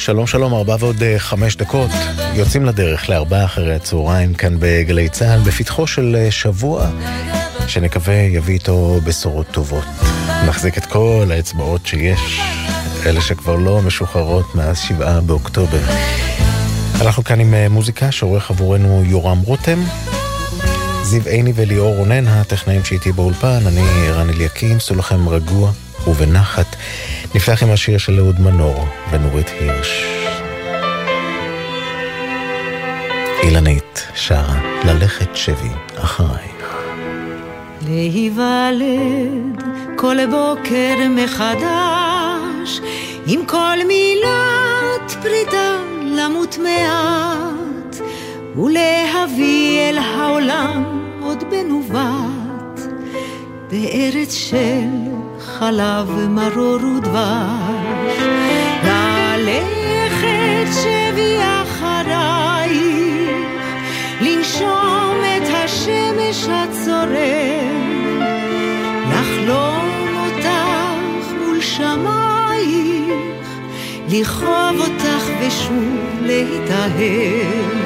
שלום שלום, 4:05, יוצאים לדרך ל4:00 כאן בגלי צהל, בפתחו של שבוע שנקווה יביא איתו בשורות טובות. נחזיק את כל האצבעות שיש, אלה שכבר לא משוחררות מאז 7 באוקטובר. אנחנו כאן עם מוזיקה שעורך עבורנו יורם רותם, זיו עיני וליאור רונן הטכנאים שאיתי באולפן. אני רן אליקים, סעו לכם רגוע ובנחת. נפתח עם השיר של אהוד מנור ונורית הירש. אילנית שרה ללכת שבי אחרייך. להיוולד כל בוקר מחדש, עם כל מילת פרידה למות מעט, ולהביא אל העולם עוד בנובת, בארץ של חלב מרור ודבש. ללכת שבי אחרייך, לנשום את השמש הצורם, לחלום אותך מול שמייך, לכאוב אותך ושוב להתאהב.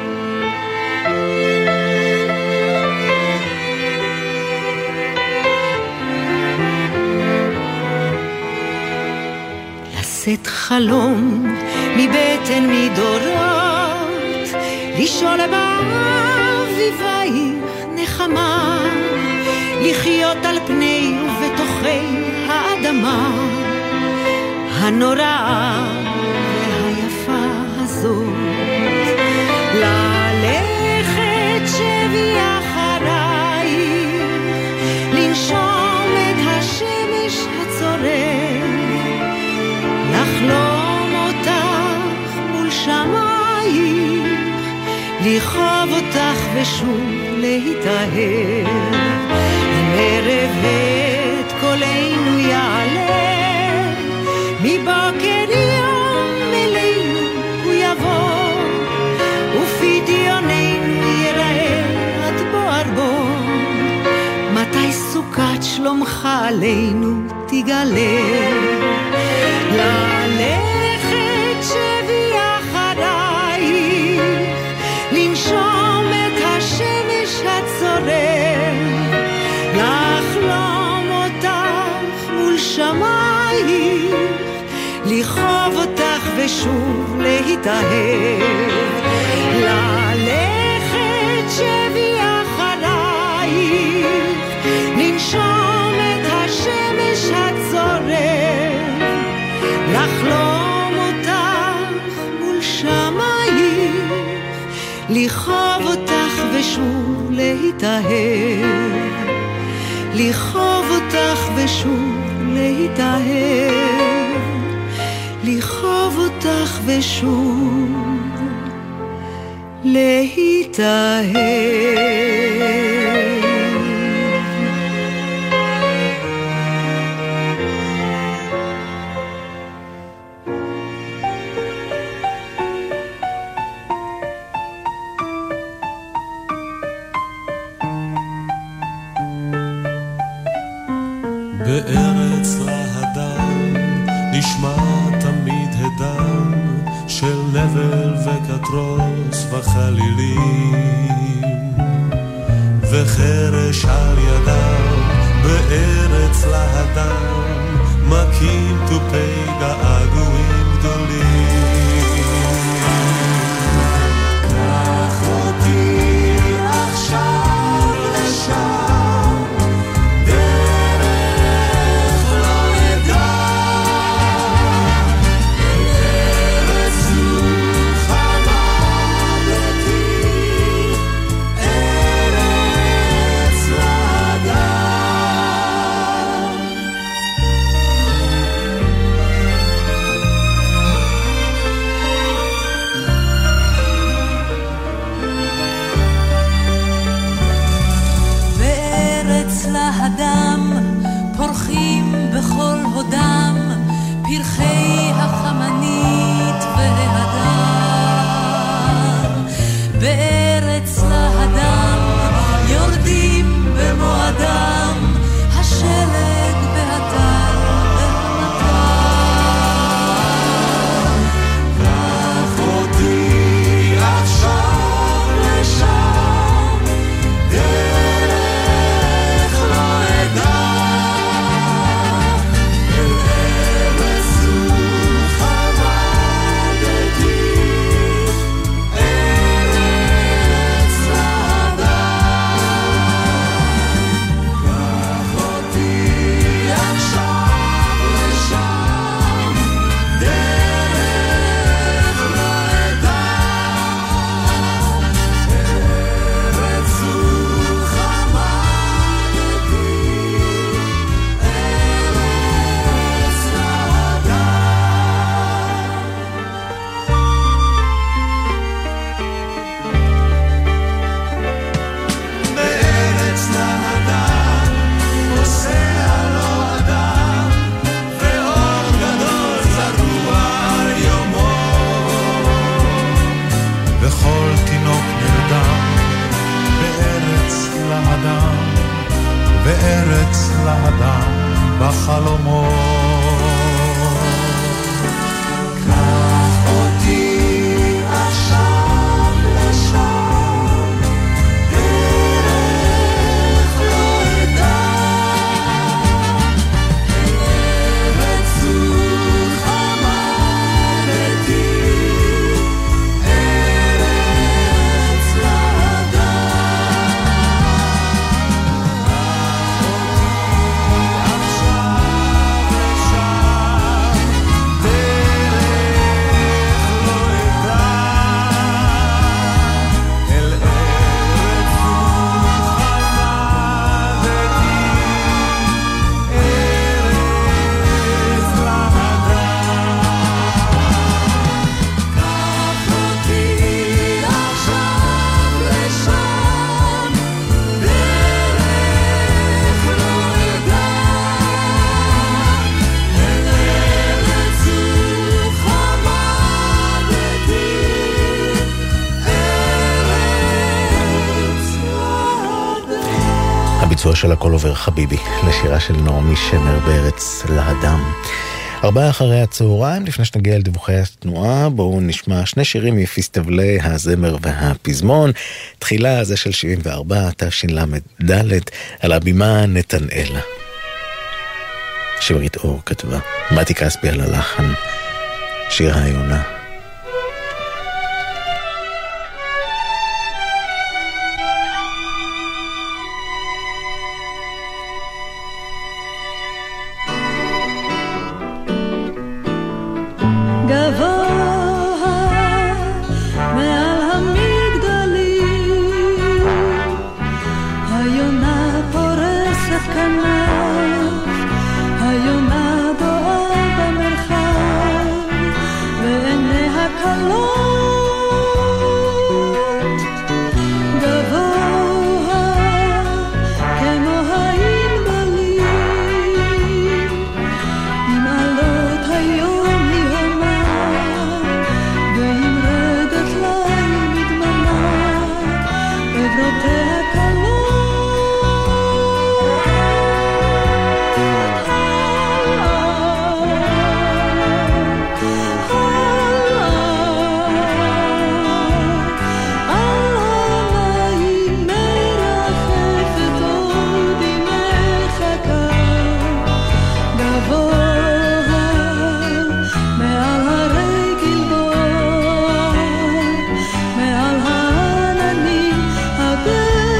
לשאת חלום מבטן מדורות, לשאול באביבייך נחמה, לחיות על פני ובתוכי האדמה הנוראה והיפה הזאת. ללכת שבי אחרייך, לנשום את השמש הצורם, לחלום אותך מול שמייך, לכאוב אותך ושוב להתאהב. אם ערב את קולנו יעלה, מבוקר יום אלינו הוא יבוא, ופדיוננו ייראה עד בוער בו. מתי סוכת שלומך עלינו תגלה? ללכת שבי אחרייך, לנשום את השמש הצורם, לחלום אותך מול שמייך, לכאוב אותך ושוב להתאהב. ללכת שבי אחרייך, לנשום את השמש הצורם, לחלום אותך מול שמייך, לכאוב אותך ושוב להתאהב, לכאוב אותך ושוב להתאהב, לכאוב אותך ושוב להתאהב. בארץ להדם נשמע תמיד הדם של נבל וקטרוס וחלילים וחרש על ידם. בארץ להדם מכים טופי געגועים גדולים. קח אותי עכשיו לשם, הדם פורחים בכל הודם פרחי החמנית וההדר. בארץ להדם יורדים במועדם השלג והטל והמטר. בארץ לאדם בחלומות. קח אותי עכשיו לשם, דרך לא אדע, ארץ זו חמדתי, ארץ לאדם. הביצוע של הכל עובר חביבי, לשירה של נעמי שמר בארץ לאדם. 16:00, לפני שנגיע אל דיווחי התנועה, בואו נשמע שני שירים מפסטיבלי הזמר והפזמון. תחילה זה של 74, תשל"ד, על הבימה נתנאלה. שמרית אור כתבה, מתי כספי על הלחן, שיר היונה. מעל העננים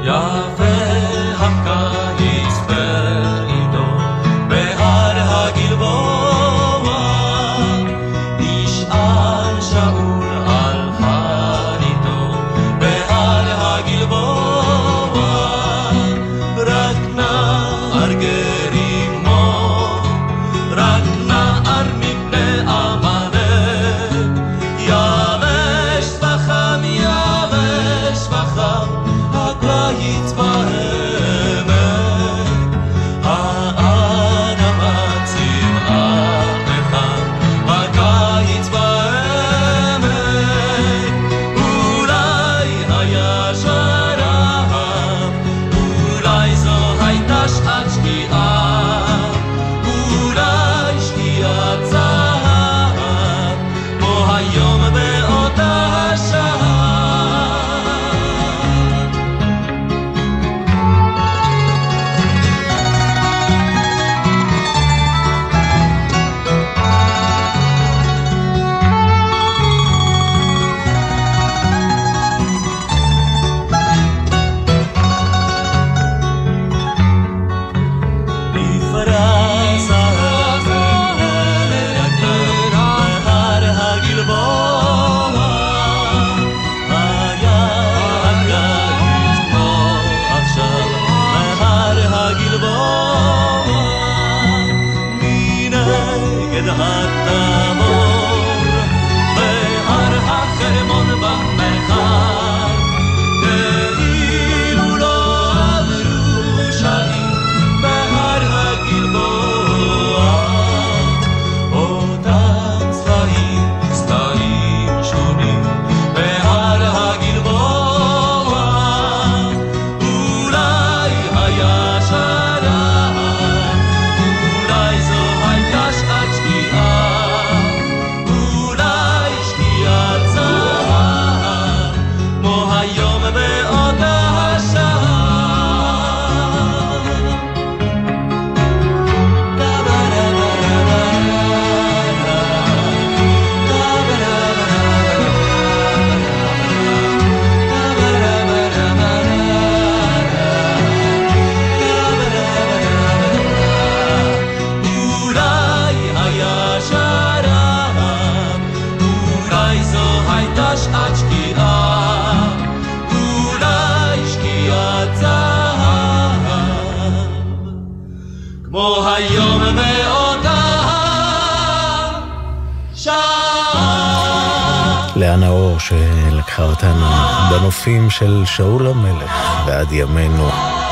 לאה נאור שלקחה אותנו בנופים של שאול המלך ועד ימינו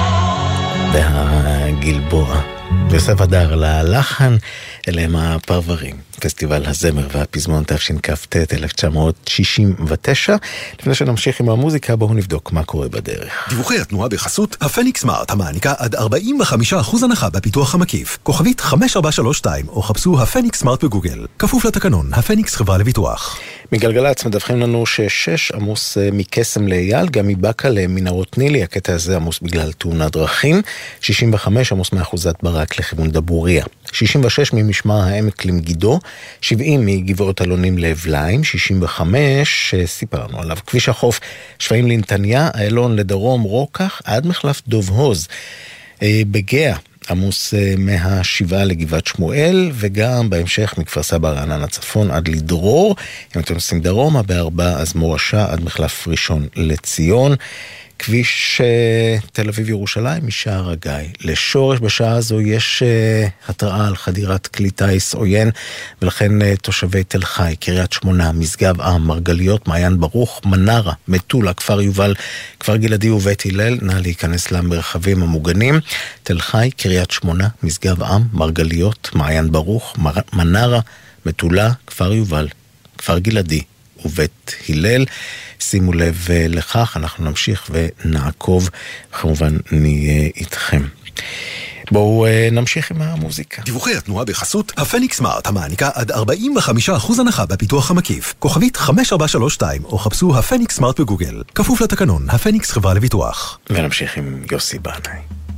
והגלבוע. יוסף הדר ללחן, אלה הם הפרברים, פסטיבל הזמר והפזמון תשכ"ט 1969. לפני שנמשיך עם המוזיקה, בואו נבדוק מה קורה בדרך. דיווחי התנועה בחסות הפניקס סמארט, המעניקה עד 45% הנחה בפיתוח המקיף. כוכבית 5432 או חפשו הפניקס סמארט בגוגל. כפוף לתקנון, הפניקס חברה לביטוח. מגלגלץ מדווחים לנו ש6 עמוס מקסם לאייל, גם מבקה למנהרות נילי, הקטע הזה עמוס בגלל תאונת דרכים. 65 עמוס מאחוזת ברק לכיוון דבוריה. 66 ממשמר העמק למגידו, 70 מגבעות אלונים לאבליים, 65 סיפרנו עליו, כביש החוף שפיים לנתניה, האלון לדרום רוקח עד מחלף דוב הוז. בגאה עמוס מהשבעה לגבעת שמואל, וגם בהמשך מכפר סבא רענן הצפון עד לדרור. אם אתם נוסעים דרומה בארבע, אז מורשה עד מחלף ראשון לציון. כביש תל אביב ירושלים משער הגיא לשורש. בשעה הזו יש התראה על חדירת כלי טיס עוין, ולכן תושבי תל חי, קריית שמונה, משגב עם, מרגליות, מעיין ברוך, מנרה, מטולה, כפר יובל, כפר גלעדי ובית הלל, נא להיכנס למרחבים המוגנים. תל חי, קריית שמונה, משגב עם, מרגליות, מעיין ברוך, מנרה, מטולה, כפר יובל, כפר גלעדי ובית הלל. שימו לב לכך, אנחנו נמשיך ונעקוב, כמובן נהיה איתכם. בואו נמשיך עם המוזיקה. דיווחי התנועה בחסות הפניקס סמארט, המעניקה עד 45% הנחה בפיתוח המקיף. כוכבית 5432 או חפשו הפניקס סמארט בגוגל. כפוף לתקנון, הפניקס חברה לביטוח. ונמשיך עם יוסי בנאי.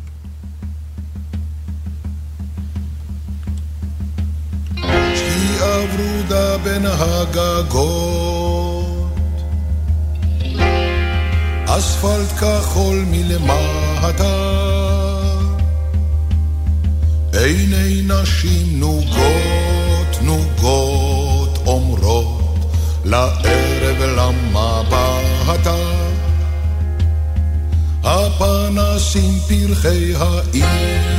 הברודה בין הגגות אספלט כחול מלמטה, עיני נשים נוגות נוגות אומרות לערב למבטה, הפנסים פרחי העיר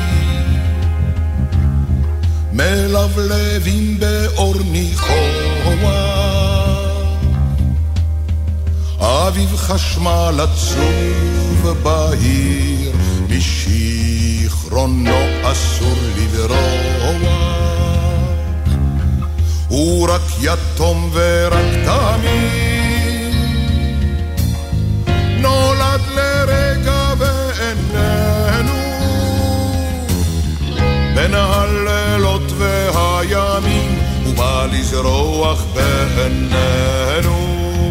מלבלבים באור ניחוח, אביב חשמל עצוב בהיר, משיכרונו אסור לברוח, הוא רק יתום ורק תמיד, נולד לרגע ואיננו, בין הלילות והימים הוא בא לזרוח בעינינו,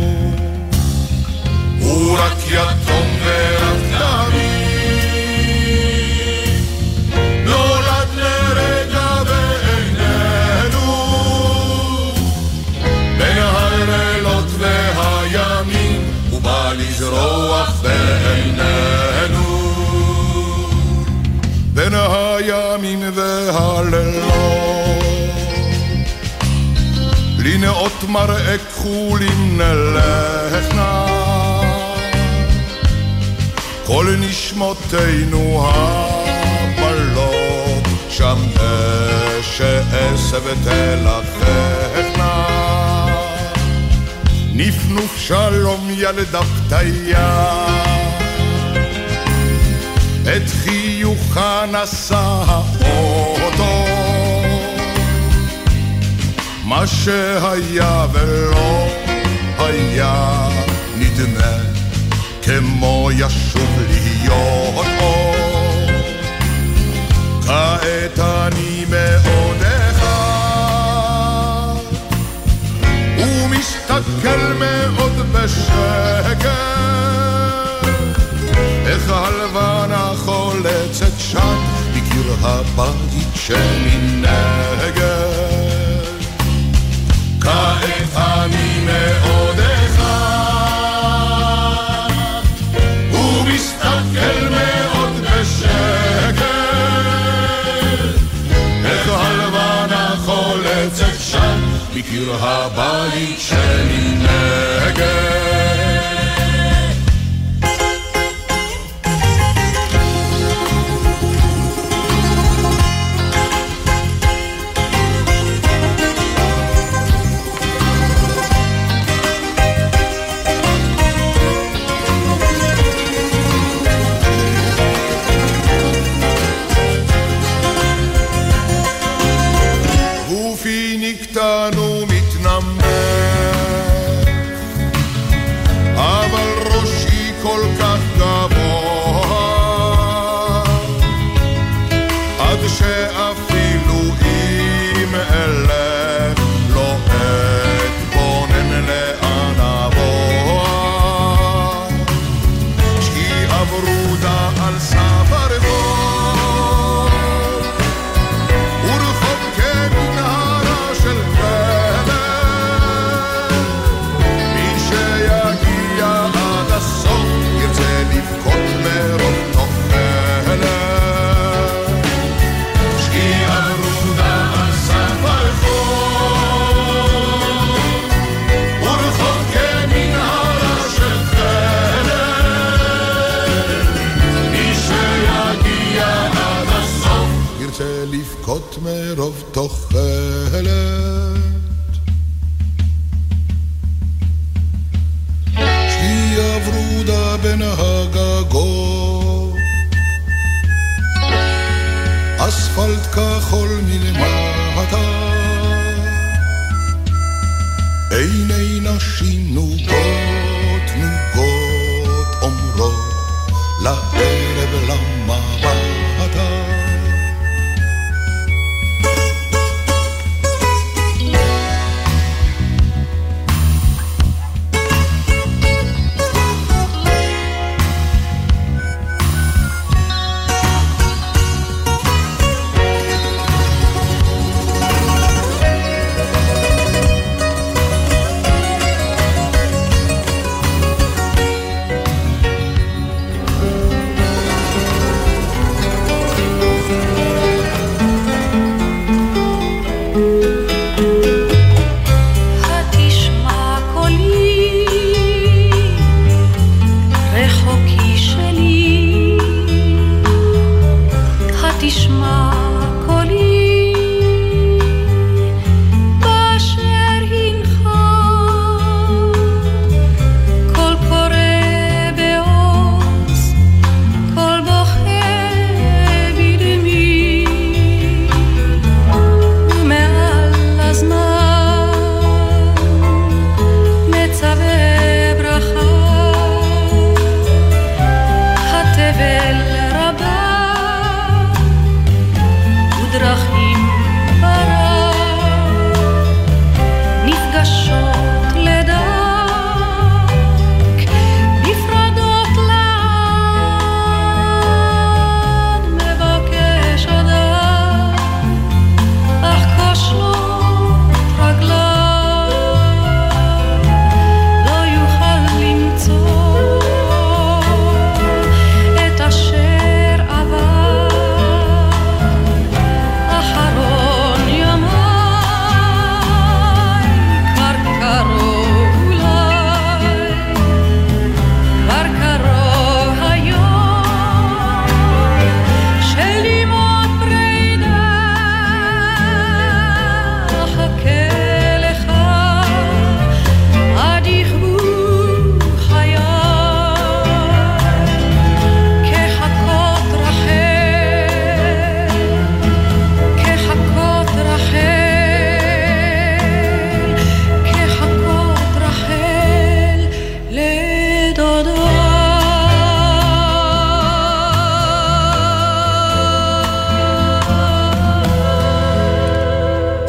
הוא רק יתום ורק תמיד, נולד לרגע ואיננו, בין הלילות והימים הוא בא לזרוח בעינינו, בין הימים והלילות, לנאות מראה כחולים נלכנה, כל נשמותינו הבלות, שם שעשב תלכנה, נפנוף שלום ילדה פתיה, את חיוכה נשא האוטו, מה שהיה ולא היה נדמה כמו ישוב להיות אור, כעת אני מאוד אחד ומסתכל מאוד בשקט, איך הלבנה חולצת שם בקיר הבית שמנגד, כעת אני מאוד אחד ומסתכל מאוד בשקט, איך הלבנה חולצת שם בקיר הבית שמנגד. מרוב תוחלת, שהיא הברודה בין הגגות, אספלט כחול מלמטה, עיני נשים נוגות נוגות אומרות לערב למבטה,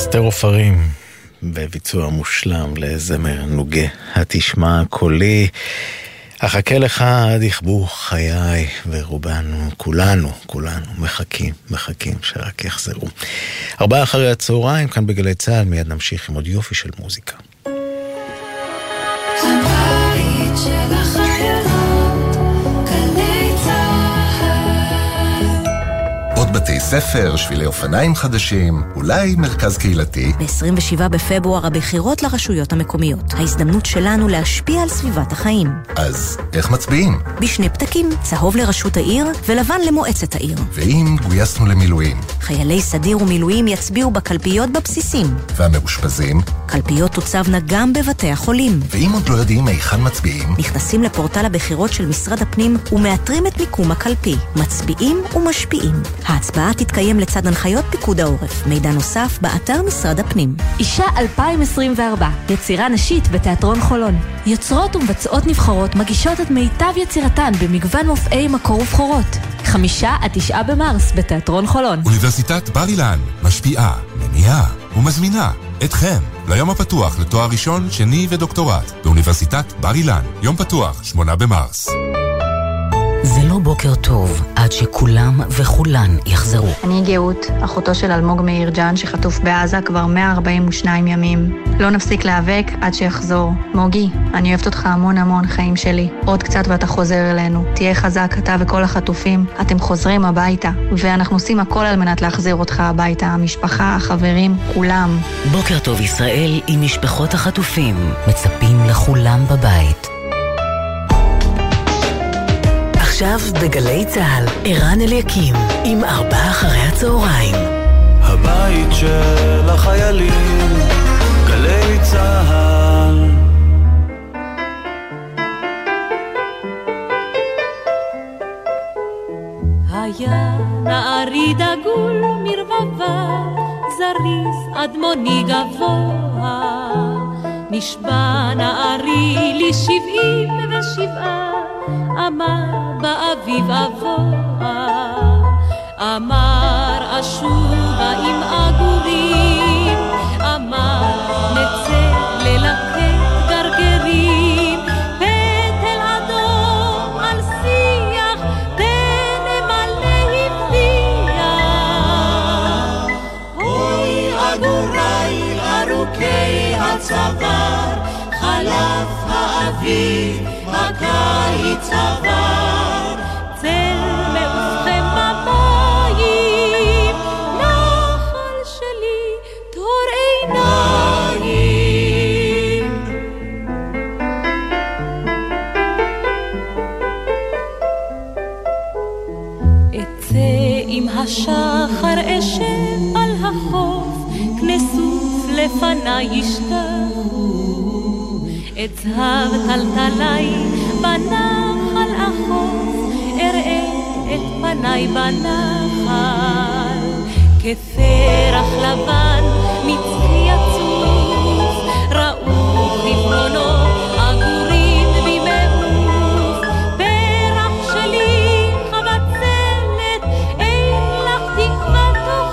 אסתר עופרים בביצוע מושלם לזמר נוגה התשמע קולי. אחכה לך עד יכבו חיי, ורובנו, כולנו מחכים שרק יחזרו. 16:00 כאן בגלי צהל, מיד נמשיך עם עוד יופי של מוזיקה. הבית של החיילות, גלי צהל. עוד בתי ספר, שבילי אופניים חדשים, אולי מרכז קהילתי. ב-27 בפברואר הבחירות לרשויות המקומיות. ההזדמנות שלנו להשפיע על סביבת החיים. אז איך מצביעים? בשני פתקים, צהוב לרשות העיר ולבן למועצת העיר. ואם גויסנו למילואים? חיילי סדיר ומילואים יצביעו בקלפיות בבסיסים. והמאושפזים? קלפיות תוצבנה גם בבתי החולים. ואם עוד לא יודעים היכן מצביעים? נכנסים לפורטל הבחירות של משרד הפנים ומאתרים את מיקום הקלפי. מצביעים ומשפיעים. ההצבעה תתקיים לצד הנחיות פיקוד העורף. מידע נוסף באתר משרד הפנים. אישה 2024, יצירה נשית בתיאטרון חולון. יוצרות ומבצעות נבחרות מגישות את מיטב יצירתן במגוון מופעי מקור ובחורות. 5-9 במרס בתיאטרון חולון. אוניברסיטת בר אילן משפיעה, מניעה ומזמינה אתכם ליום הפתוח לתואר ראשון, שני ודוקטורט באוניברסיטת בר אילן. יום פתוח, 8 במרס. זה לא בוקר טוב עד שכולם וכולן יחזרו. אני גאות, אחותו של אלמוג מאיר ג'אן שחטוף בעזה כבר 142 ימים. לא נפסיק להיאבק עד שיחזור. מוגי, אני אוהבת אותך המון המון, חיים שלי. עוד קצת ואתה חוזר אלינו. תהיה חזק, אתה וכל החטופים. אתם חוזרים הביתה, ואנחנו עושים הכל על מנת להחזיר אותך הביתה. המשפחה, החברים, כולם. בוקר טוב ישראל עם משפחות החטופים. מצפים לכולם בבית. עכשיו בגלי צהל, ערן אליקים עם 16:00. הבית של החיילים, גלי צהל. היה נערי דגול מרבבה, זריז אדמוני גבוה, נשבע נערי לי 77, אמר באביב אבוה, אמר אשובה עם אגורים, אמר נצא ללקט גרגרים, פטל אדום על שיח, תנמלא הבטיח. אוי אגוריי ארוכי הצוואר, חלף האביב הקיץ עבר, צל מעופכם במים, נחל שלי תור עיניים. אצא עם השחר אשב על החוף, כנסוף לפני ישתחו, את זהב טלטלי בנחל החוף, אראה את פניי בנחל, כפרח לבן מצחי עצוב, ראו חברונו אגורים במעוף, פרח שלי חבצלת, אין לך תקווה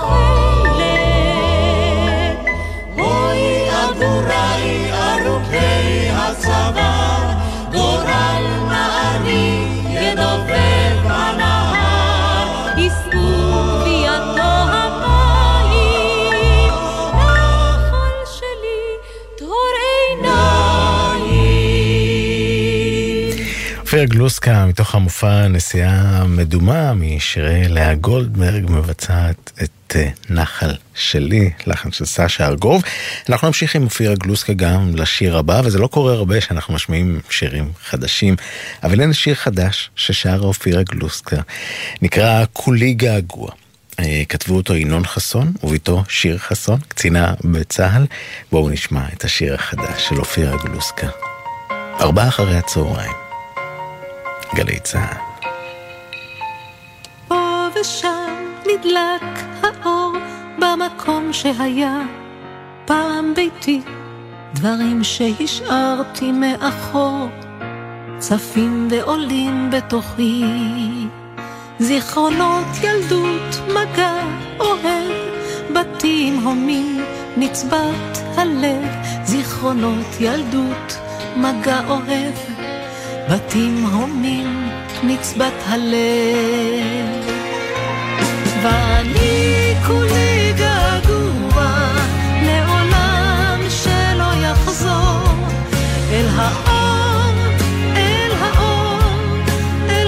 תוחלת. אוי אגוריי ארוכי הצוואר, גורל נערי ידובב הנהר, יסעו בידו המים, נחל שלי תור עיניים. אופיר גלוסקה מתוך המופע נסיעה מדומה משירי לאה גולדברג, מבצעת את נחל שלי, לחן של סשה ארגוב. אנחנו נמשיך עם אופיר גלוסקה גם לשיר הבא, וזה לא קורה הרבה שאנחנו משמיעים שירים חדשים, אבל הנה שיר חדש ששר אופיר גלוסקה, נקרא כולי געגוע. כתבו אותו ינון חסון וביתו שיר חסון, קצינה בצהל. בואו נשמע את השיר החדש של אופיר גלוסקה. 16:00 גלי צהל. פה ושם נדלק האור במקום שהיה פעם ביתי, דברים שהשארתי מאחור צפים ועולים בתוכי, זיכרונות ילדות, מגע אוהב, בתים הומים נצבת הלב, זיכרונות ילדות, מגע אוהב, בתים הומים, נצבת הלב. ואני כולי געגוע לעולם שלא יחזור, אל האור, אל האור, אל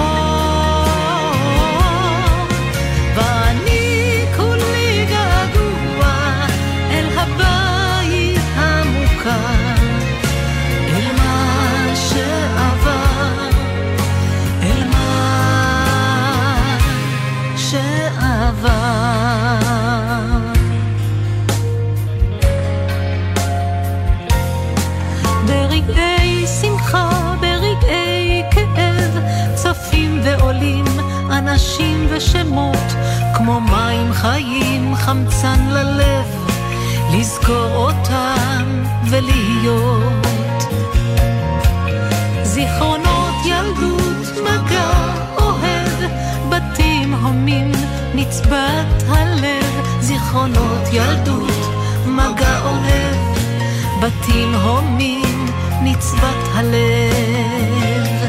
האור. ואני כולי געגוע אל הבית המוכר, אל מה שעבר, אל מה שעבר. ברגעי שמחה, ברגעי כאב, צפים ועולים אנשים ושמות, כמו מים חיים, חמצן ללב, לזכור אותם ולהיות. זיכרונות ילדות, מגע אוהב, בתים הומים, נצבת הלב. זיכרונות ילדות, מגע אוהב, בתים הומים, נצבת הלב.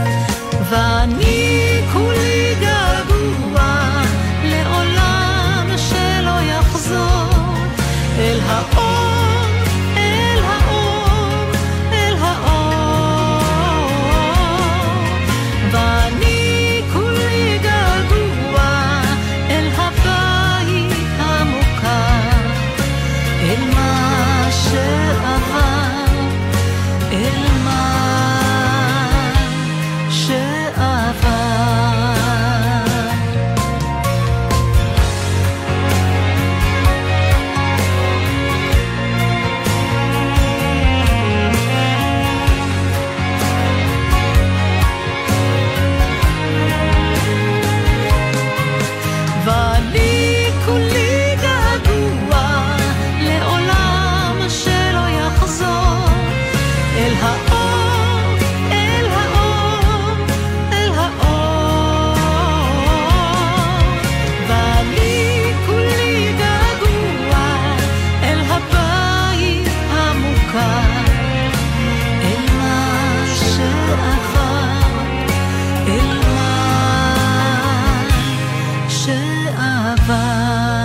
ואני כולי געגוע לעולם שלא יחזור, אל האור, אל האור, אל האור. ואני כולי געגוע אל הבית המוכר, אל מה שעבר, אל מה שעבר. ואני כולי געגוע לעולם שלא יחזור, אל האור, אל האור, אל האור. ואני כולי געגוע אל הבית המוכר, אל מה שעבר, אל מה שעבר.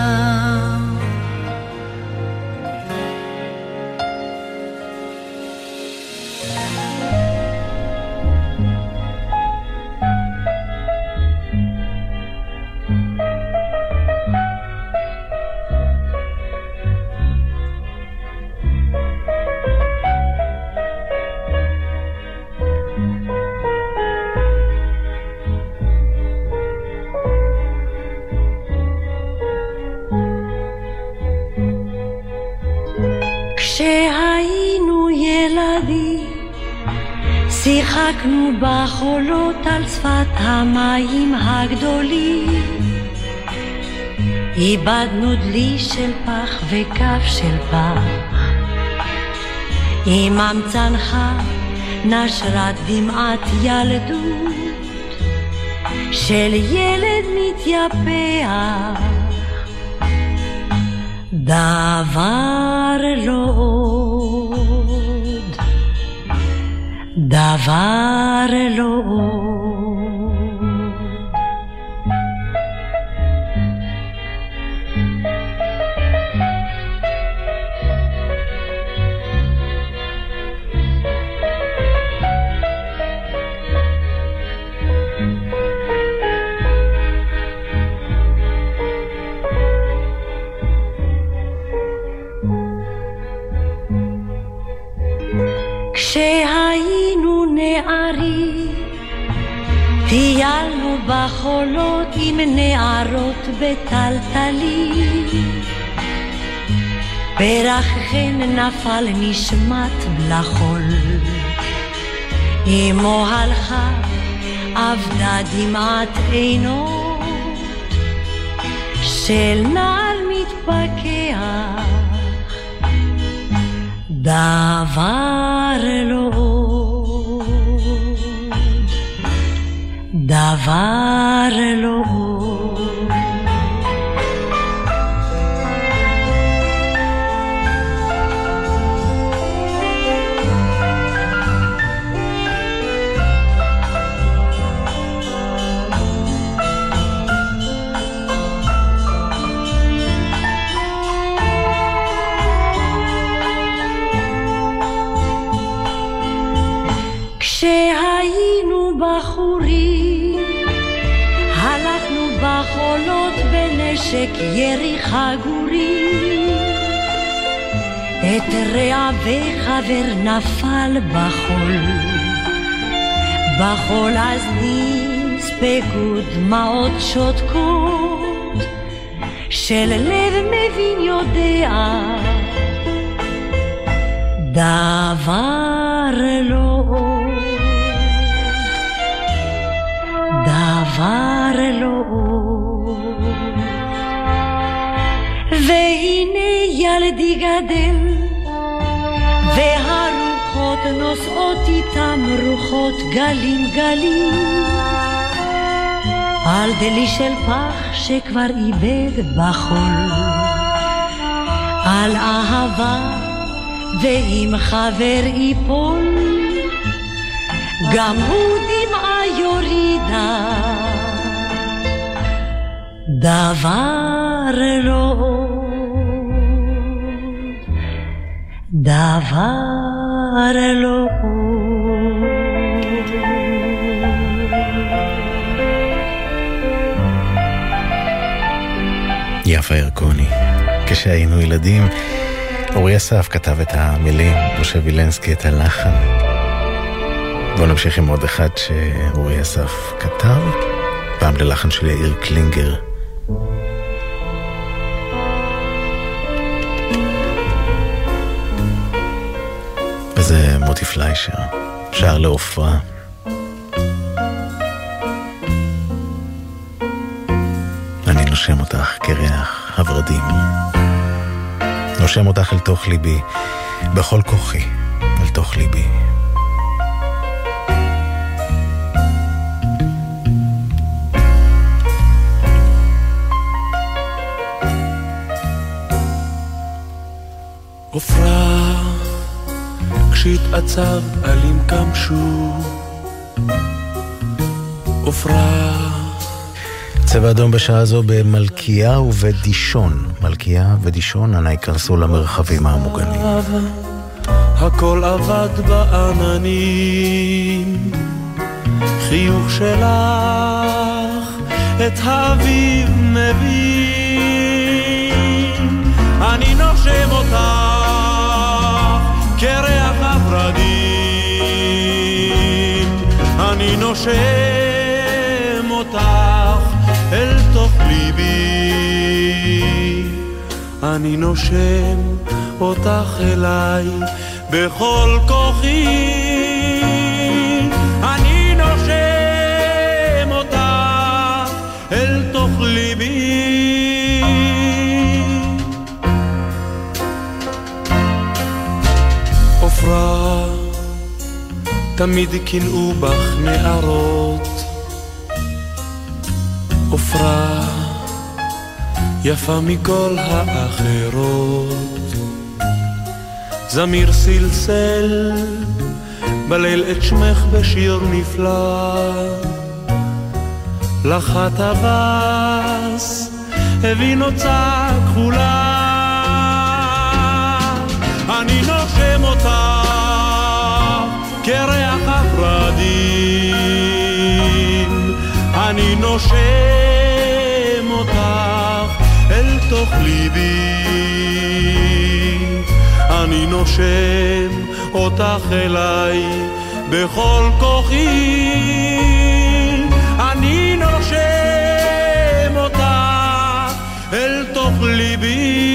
כשהיינו ילדים שיחקנו בחולות על שפת המים הגדולים, איבדנו דלי של פח וכף של פח, עמם צנחה נשרת דמעת ילדות של ילד מתייפח. דבר לא עוד, דבר לא עוד. כשהיינו נערים טיילנו בחולות עם נערות בטלטלים, פרחכן נפל נשמת בלחול, אמו הלכה עבדה דמעת עינות של נער מתפקח. דבר לא עוד, דבר לא עוד. בחולות בנשק ירי חגורי, את רע וחבר נפל בחול, בחול אז נספגו דמעות שותקות, של לב מבין יודע דבר לא עוד, דבר לא עוד. והנה ילדי גדל, והרוחות נוסעות איתם רוחות גלים גלים, על דלי של פח שכבר איבד בחול, על אהבה ואם חבר איפול, גם הוא דמעה יורידה, דבר לא עוד, דבר לא עוד. יפה ירקוני, כשהיינו ילדים. אורי אסף כתב את המילים, משה וילנסקי את הלחן. בואו נמשיך עם עוד אחד שאורי אסף כתב, פעם ללחן של יאיר קלינגר. וזה מוטי פליישר, שר לעופרה. אני נושם אותך כריח הורדים, נושם אותך אל תוך ליבי, בכל כוחי אל תוך ליבי. עופרה כשהתעצב עלים קמשו, עופרה צבע אדום בשעה זו במלכיה ובדישון. מלכיה ודישון, אנא ייכנסו למרחבים המוגנים. הכל עבד בעננים, חיוך שלך את האביב מבין, אני נושם אותך כריח הורדים, אני נושם אותך אל תוך ליבי, אני נושם אותך אליי בכל כוחי, אני נושם אותך אל תוך ליבי. עופרה תמיד קינאו בך נערות, עופרה יפה מכל האחרות, זמיר סלסל בליל את שמך בשיר נפלא, לך הטווס הביא נוצה כחולה, אני נושם אותך כריח הורדים, אני נושם אותך אל תוך ליבי, אני נושם אותך אליי בכל כוחי, אני נושם אותך אל תוך ליבי.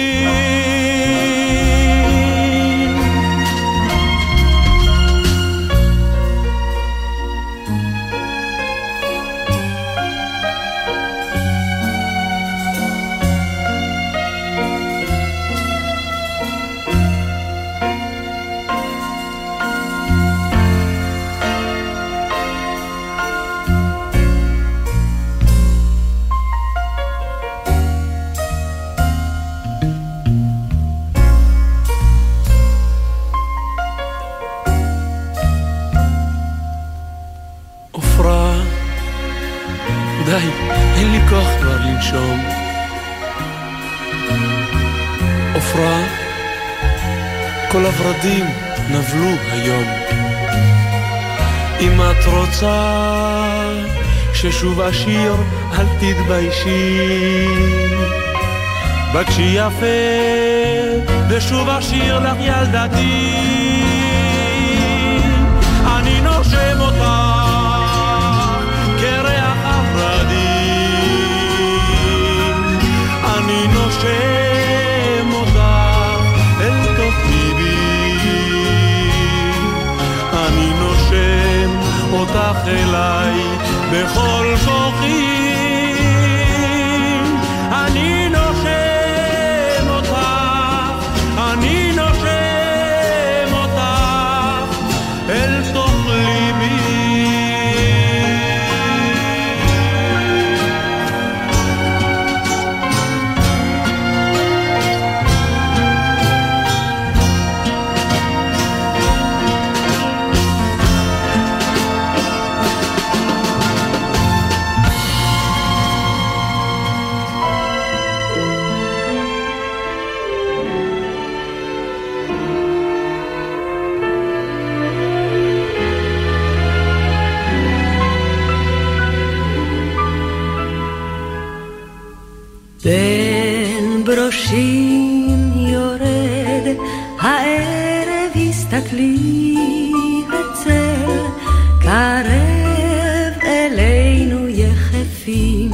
די, אין לי כוח כבר לנשום. עופרה, כל הורדים נבלו היום. אם את רוצה כששוב אשיר אל תתביישי, בקשי יפה ושוב אשיר לך ילדתי, אני נושם אותה כריח הורדים, אני נושם אותה אל תוך ליבי, אני נושם אותך אליי בכל כוחי, אני נושם אותך, אני נושם אותך אל תוך ליבי. בין ברושים יורד הערב, הסתכלי הצל קרב אלינו יחפים,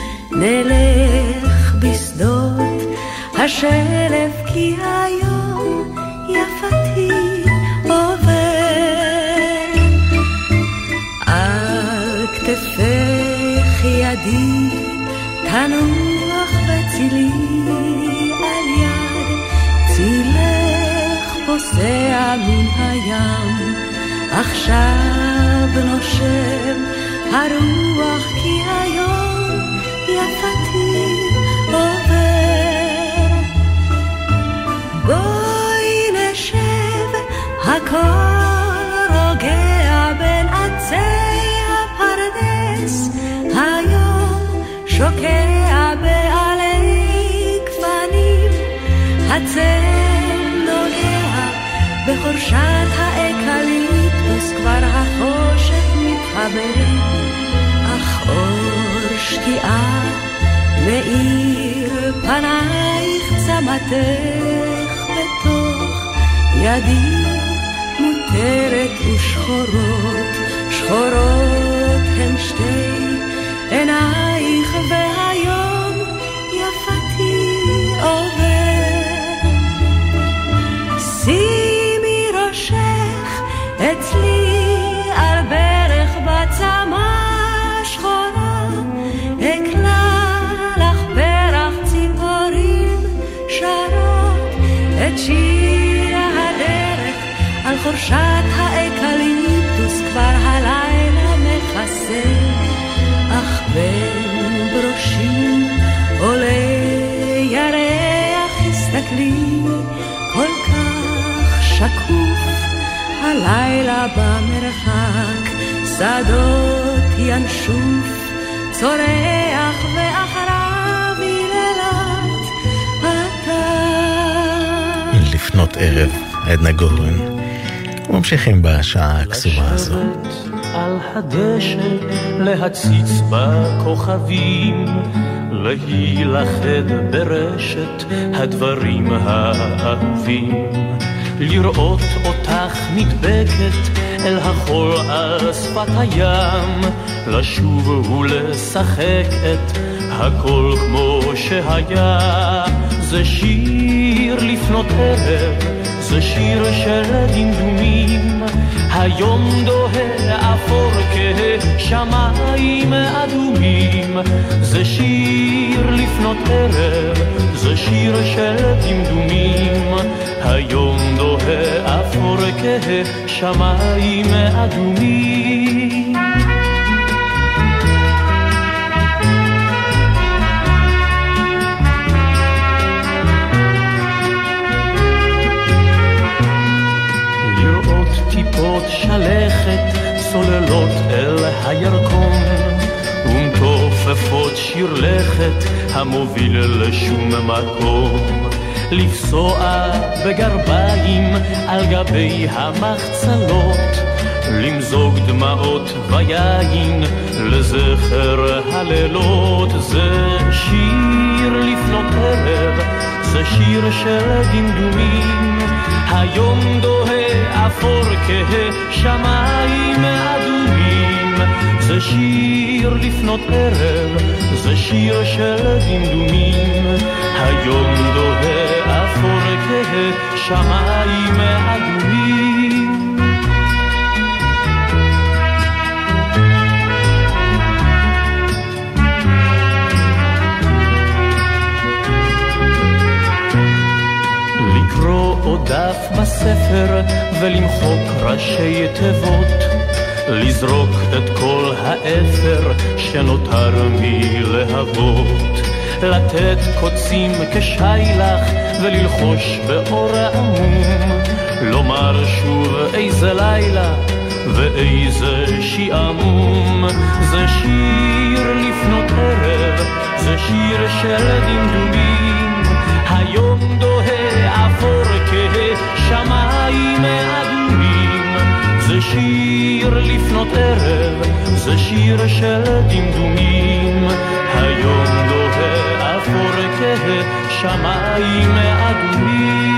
נלך בשדות השלב כי היום יפתי עובר, על כתפך ידי תנוח וצילי על יד, צילך פוסע מן הים, עכשיו נושם הרוח כי היום יפתי עובר, בואי נשב הכל רוגע בין עצי הפרדס, היום שוקע בעלי כפנים, הצל נוגע בחורשת האקליפטוס, כבר החושך מתחבא, אך אור שקיעה מאיר פנייך, צמתך בתוך ידי מוטרת ושחורות, שחורות הן שתי עינייך והיום יפתי עובר, שימי ראשך אצלי על ברך בצמה שחורה, אקלה לך פרח ציפורים שרות את שיר הדרך, על חורשת האקליפטוס כבר הלילה מכסה, אך בין ברושים עולה ירח, הסתכלי כל כך שקוף, הלילה במרחק שדות ינשוף, צורח ואחריו היללת אתה. לפנות ערב, עדנה גורן, וממשיכים בשעה הקסומה הזו. על הדשא להציץ בכוכבים, להילחד ברשת הדברים האהובים, לראות אותך נדבקת אל החול על שפת הים, לשוב ולשחק את הכל כמו שהיה. זה שיר לפנות ערב, זה שיר של דמדומים, היום דוהה אפור כשמיים אדומים. זה שיר לפנות ערב, זה שיר של דמדומים, היום דוהה אפור כשמיים אדומים. טיפות שלכת סוללות אל הירקון, ומתופפות שיר לכת המוביל לשום מקום, לפסוע בגרביים על גבי המחצלות, למזוג דמעות ויין לזכר הלילות. זה שיר לפנות ערב, זה שיר של דמדומים, היום דוהה אפור כשמיים אדומים. זה שיר לפנות ערב, זה שיר של דמדומים, היום דוהה אפור כשמיים אדומים. לקרוא עוד דף בספר ולמחוק ראשי תיבות, לזרוק את כל האפר שנותר מלהבות, לתת קוצים כשיילך וללחוש באור עמום, לומר שוב איזה לילה ואיזה שעמום. זה שיר לפנות ערב, זה שיר של דמדומים, היום דוהה אפור כשמיים אדומים. זה שיר לפנות ערב, זה שיר של דמדומים, היום דוהה אפור כשמיים אדומים.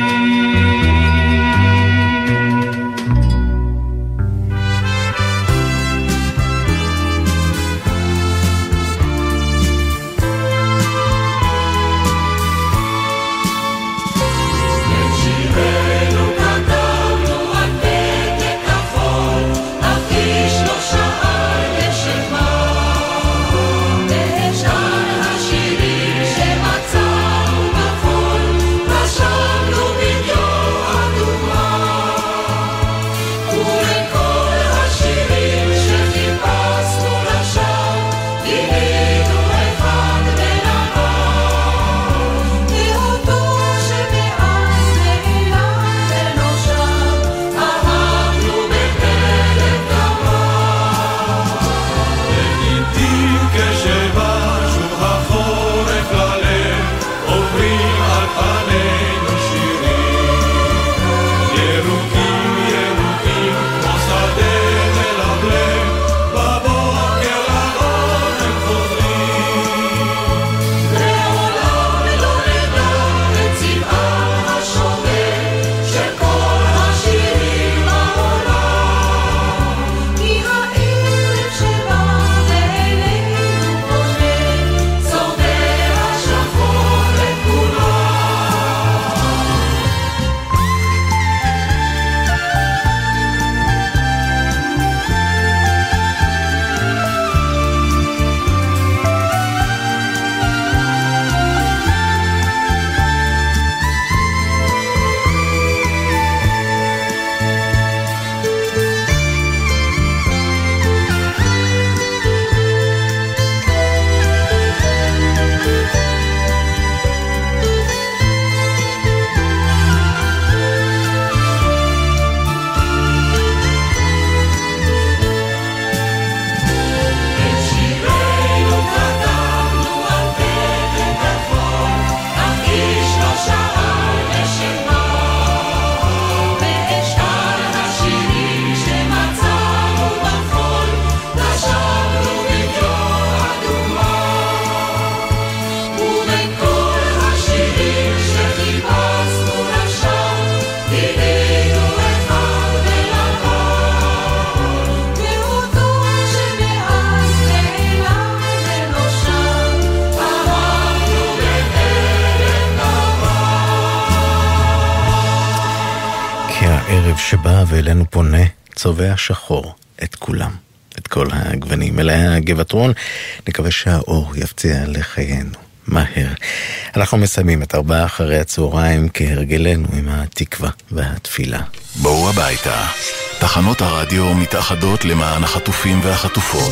שבא ואלינו פונה צובע שחור את כולם, את כל הגוונים. אלה הגבעתרון, נקווה שהאור יפציע לחיינו מהר. אנחנו מסיימים את 4 אחרי הצהריים כהרגלנו עם התקווה והתפילה. בואו הביתה. תחנות הרדיו מתאחדות למען החטופים והחטופות.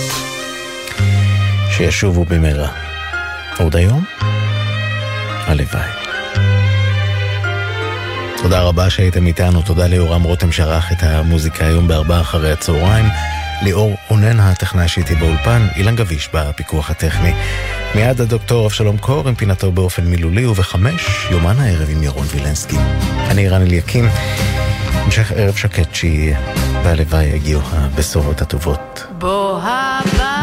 שישובו במהרה. עוד היום? הלוואי. תודה רבה שהייתם איתנו, תודה ליורם רותם שערך את המוזיקה היום ב4 אחרי הצהריים, ליאור אונן הטכנאי שהייתי באולפן, אילן גביש בפיקוח הטכני. מיד הדוקטור אבשלום קור עם פינתו באופן מילולי, וב5 יומן הערב עם ירון וילנסקי. אני רן אליקים, המשך ערב שקט שיהיה, והלוואי יגיעו הבשורות הטובות. בוא הבא